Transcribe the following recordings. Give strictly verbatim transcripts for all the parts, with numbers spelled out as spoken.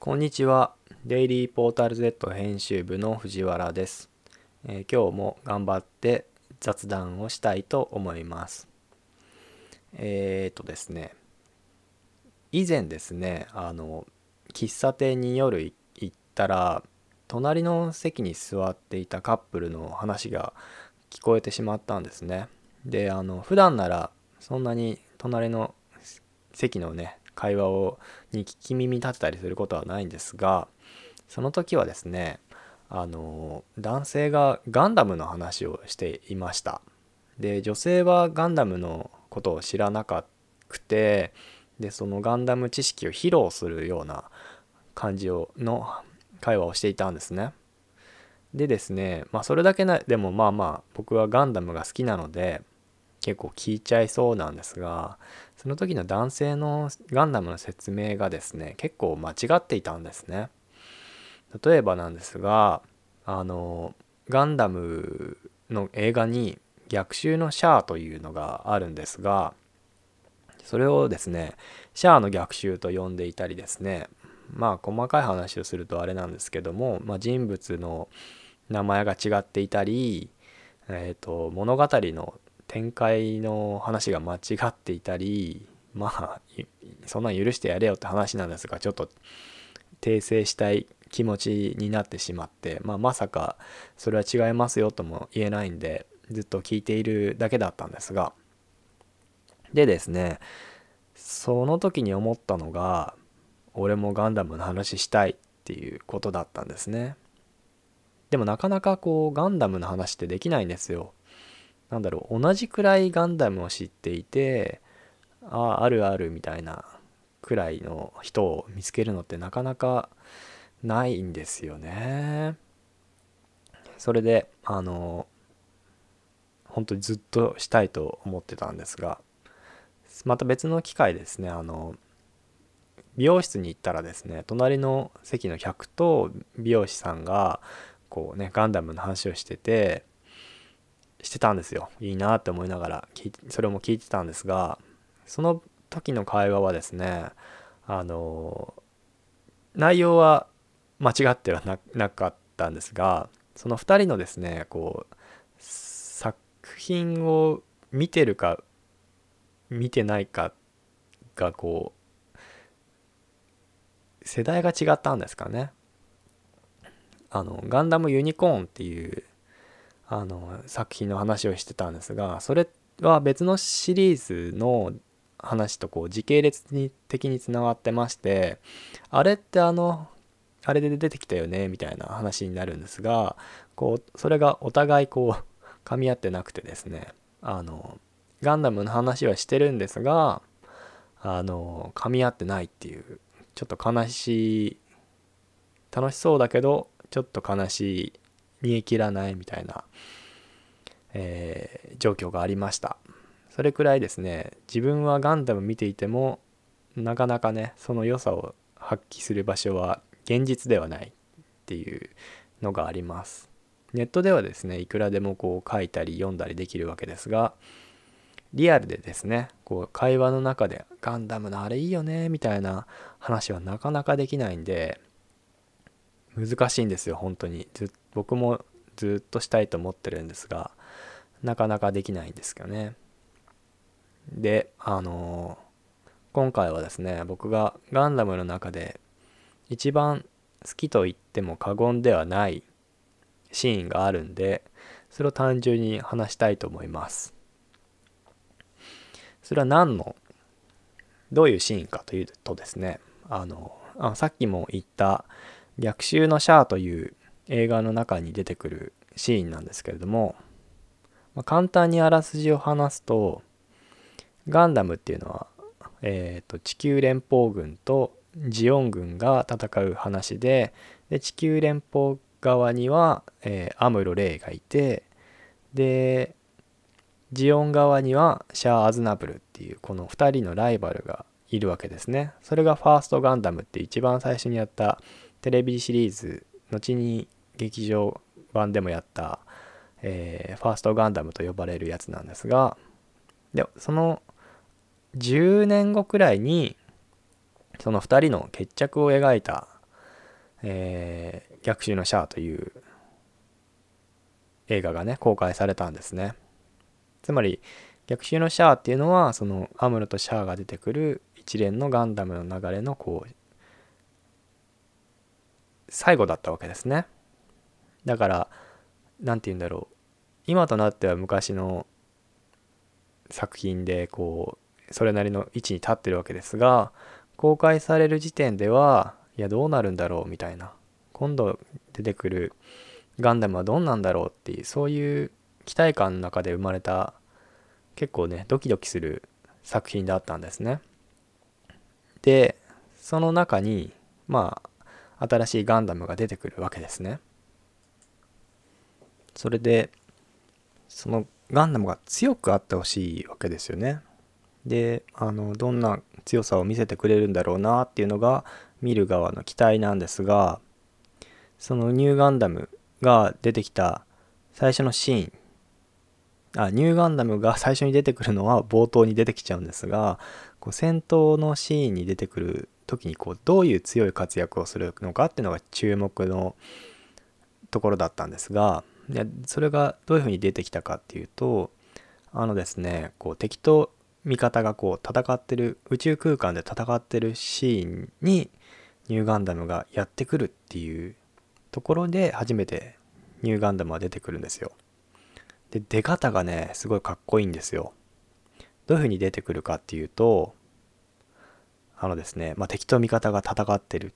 こんにちは。デイリーポータル Z 編集部の藤原です。えー今日も頑張って雑談をしたいと思います。えーとですね、以前ですね、あの、喫茶店に夜い行ったら、隣の席に座っていたカップルの話が聞こえてしまったんですね。で、あの、普段ならそんなに隣の席のね、会話をに聞き耳立てたりすることはないんですが、その時はですね、あの男性がガンダムの話をしていました。で、女性はガンダムのことを知らなかくて、でそのガンダム知識を披露するような感じをの会話をしていたんですね。でですね、まあそれだけなでもまあまあ僕はガンダムが好きなので結構聞いちゃいそうなんですが、その時の男性のガンダムの説明がですね結構間違っていたんですね。例えばなんですが、あのガンダムの映画に逆襲のシャアというのがあるんですが、それをですねシャアの逆襲と呼んでいたりですね、まあ細かい話をするとあれなんですけども、まあ、人物の名前が違っていたり、えーと物語の展開の話が間違っていたり、まあそんなん許してやれよって話なんですが、ちょっと訂正したい気持ちになってしまって、まあ、まさかそれは違いますよとも言えないんでずっと聞いているだけだったんですが、でですね、その時に思ったのが、俺もガンダムの話したいっていうことだったんですね。でもなかなかこうガンダムの話ってできないんですよ。なんだろう、同じくらいガンダムを知っていて、ああ、あるあるみたいなくらいの人を見つけるのってなかなかないんですよね。それで、あの、本当にずっとしたいと思ってたんですが、また別の機会ですね、あの、美容室に行ったらですね、隣の席の客と美容師さんが、こうね、ガンダムの話をしてて、してたんですよ。いいなって思いながら聞いて、それも聞いてたんですが、その時の会話はですね、あの、内容は間違ってはな、なかったんですが、そのふたりのですね、こう、作品を見てるか見てないかがこう世代が違ったんですかね。あのガンダムユニコーンっていうあの作品の話をしてたんですが、それは別のシリーズの話とこう時系列的につながってまして、あれってあのあれで出てきたよねみたいな話になるんですが、こうそれがお互いこう噛み合ってなくてですね、あのガンダムの話はしてるんですが、あの噛み合ってないっていう、ちょっと悲しい、楽しそうだけどちょっと悲しい、煮え切らないみたいな、えー状況がありました。それくらいですね、自分はガンダム見ていてもなかなかねその良さを発揮する場所は現実ではないっていうのがあります。ネットではですねいくらでもこう書いたり読んだりできるわけですが、リアルでですねこう会話の中でガンダムのあれいいよねみたいな話はなかなかできないんで、難しいんですよ本当に。ず僕もずっとしたいと思ってるんですが、なかなかできないんですけどね。で、あのー今回はですね、僕がガンダムの中で一番好きと言っても過言ではないシーンがあるんで、それを単純に話したいと思います。それは何のどういうシーンかというとですね、あのあさっきも言った逆襲のシャアという映画の中に出てくるシーンなんですけれども、まあ、簡単にあらすじを話すと、ガンダムっていうのは、えー、と地球連邦軍とジオン軍が戦う話で、で地球連邦側には、えーアムロ・レイがいて、でジオン側にはシャア・アズナブルっていうこのふたりのライバルがいるわけですね。それがファーストガンダムって一番最初にやったテレビシリーズ、後に劇場版でもやった、えーファーストガンダムと呼ばれるやつなんですが、でそのじゅうねんごくらいにそのふたりの決着を描いたえー逆襲のシャアという映画がね公開されたんですね。つまり逆襲のシャアっていうのはそのアムロとシャアが出てくる一連のガンダムの流れのこう最後だったわけですね。だからなんて言うんだろう、今となっては昔の作品でこうそれなりの位置に立ってるわけですが、公開される時点ではいやどうなるんだろうみたいな、今度出てくるガンダムはどんなんだろうっていう、そういう期待感の中で生まれた結構ねドキドキする作品だったんですね。でその中にまあ新しいガンダムが出てくるわけですね。それでそのガンダムが強くあってほしいわけですよね。であのどんな強さを見せてくれるんだろうなっていうのが見る側の期待なんですが、そのニューガンダムが出てきた最初のシーン、あニューガンダムが最初に出てくるのは冒頭に出てきちゃうんですが、こう戦闘のシーンに出てくる時にこうどういう強い活躍をするのかっていうのが注目のところだったんですが、いやそれがどういうふうに出てきたかっていうと、あのですねこう敵と味方がこう戦ってる、宇宙空間で戦ってるシーンにニューガンダムがやってくるっていうところで初めてニューガンダムは出てくるんですよ。で出方がねすごいかっこいいんですよ。どういうふうに出てくるかっていうと、あのですね、まあ、敵と味方が戦ってる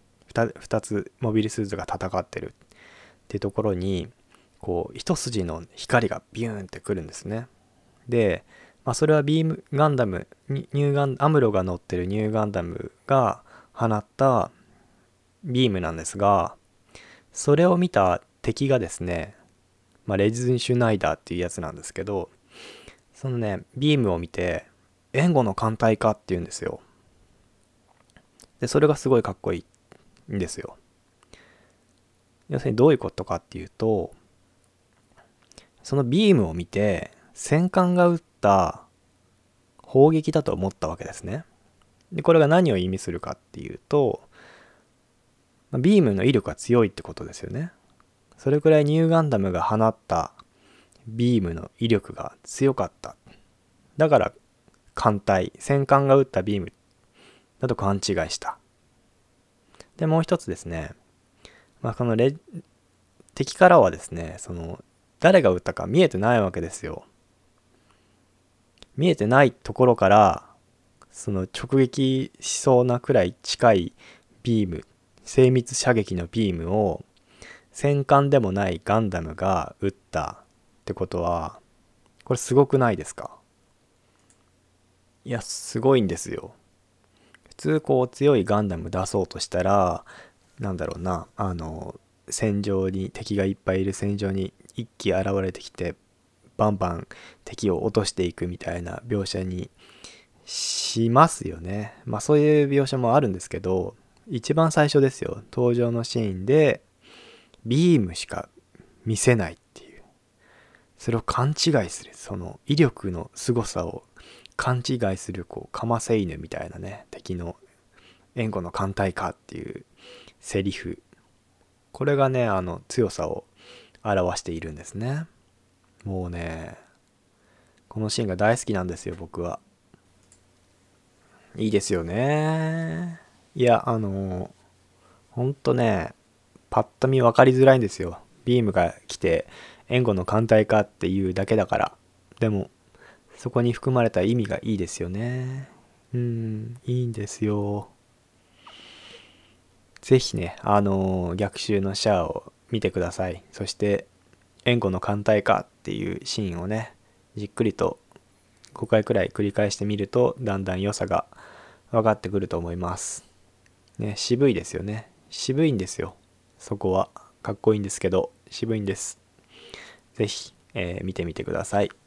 2, 2つモビルスーツが戦ってるっていうところにこう一筋の光がビューンってくるんですね。で、まあ、それはビームガンダムニューガンアムロが乗ってるニューガンダムが放ったビームなんですが、それを見た敵がですね、まあ、レジズン・シュナイダーっていうやつなんですけど、そのねビームを見て援護の艦隊かっていうんですよ。でそれがすごいかっこいいんですよ。要するにどういうことかっていうと、そのビームを見て戦艦が撃った砲撃だと思ったわけですね。でこれが何を意味するかっていうと、ビームの威力が強いってことですよね。それくらいニューガンダムが放ったビームの威力が強かった。だから艦隊、戦艦が撃ったビームだと勘違いした。でもう一つですね、まあ、このレ敵からはですね、その誰が撃ったか見えてないわけですよ。見えてないところからその直撃しそうなくらい近いビーム、精密射撃のビームを戦艦でもないガンダムが撃ったってことは、これすごくないですか？いやすごいんですよ。普通こう強いガンダム出そうとしたら、なんだろうな、あの戦場に敵がいっぱいいる戦場に一機現れてきてバンバン敵を落としていくみたいな描写にしますよね。まあそういう描写もあるんですけど、一番最初ですよ、登場のシーンでビームしか見せないっていう、それを勘違いする、その威力の凄さを勘違いするこうカマセイヌみたいなね、敵の援護の艦隊かっていうセリフ、これがねあの強さを表しているんですね。もうねこのシーンが大好きなんですよ僕は。いいですよね。いやあのほんとねパッと見分かりづらいんですよ。ビームが来て援護の艦隊かっていうだけだから。でもそこに含まれた意味がいいですよね。うんいいんですよ。ぜひねあの逆襲のシャアを見てください。そして援護の艦隊かっていうシーンをねじっくりとごかいくらい繰り返してみるとだんだん良さが分かってくると思いますね。渋いですよね。渋いんですよ。そこはかっこいいんですけど渋いんです。ぜひ、えー見てみてください。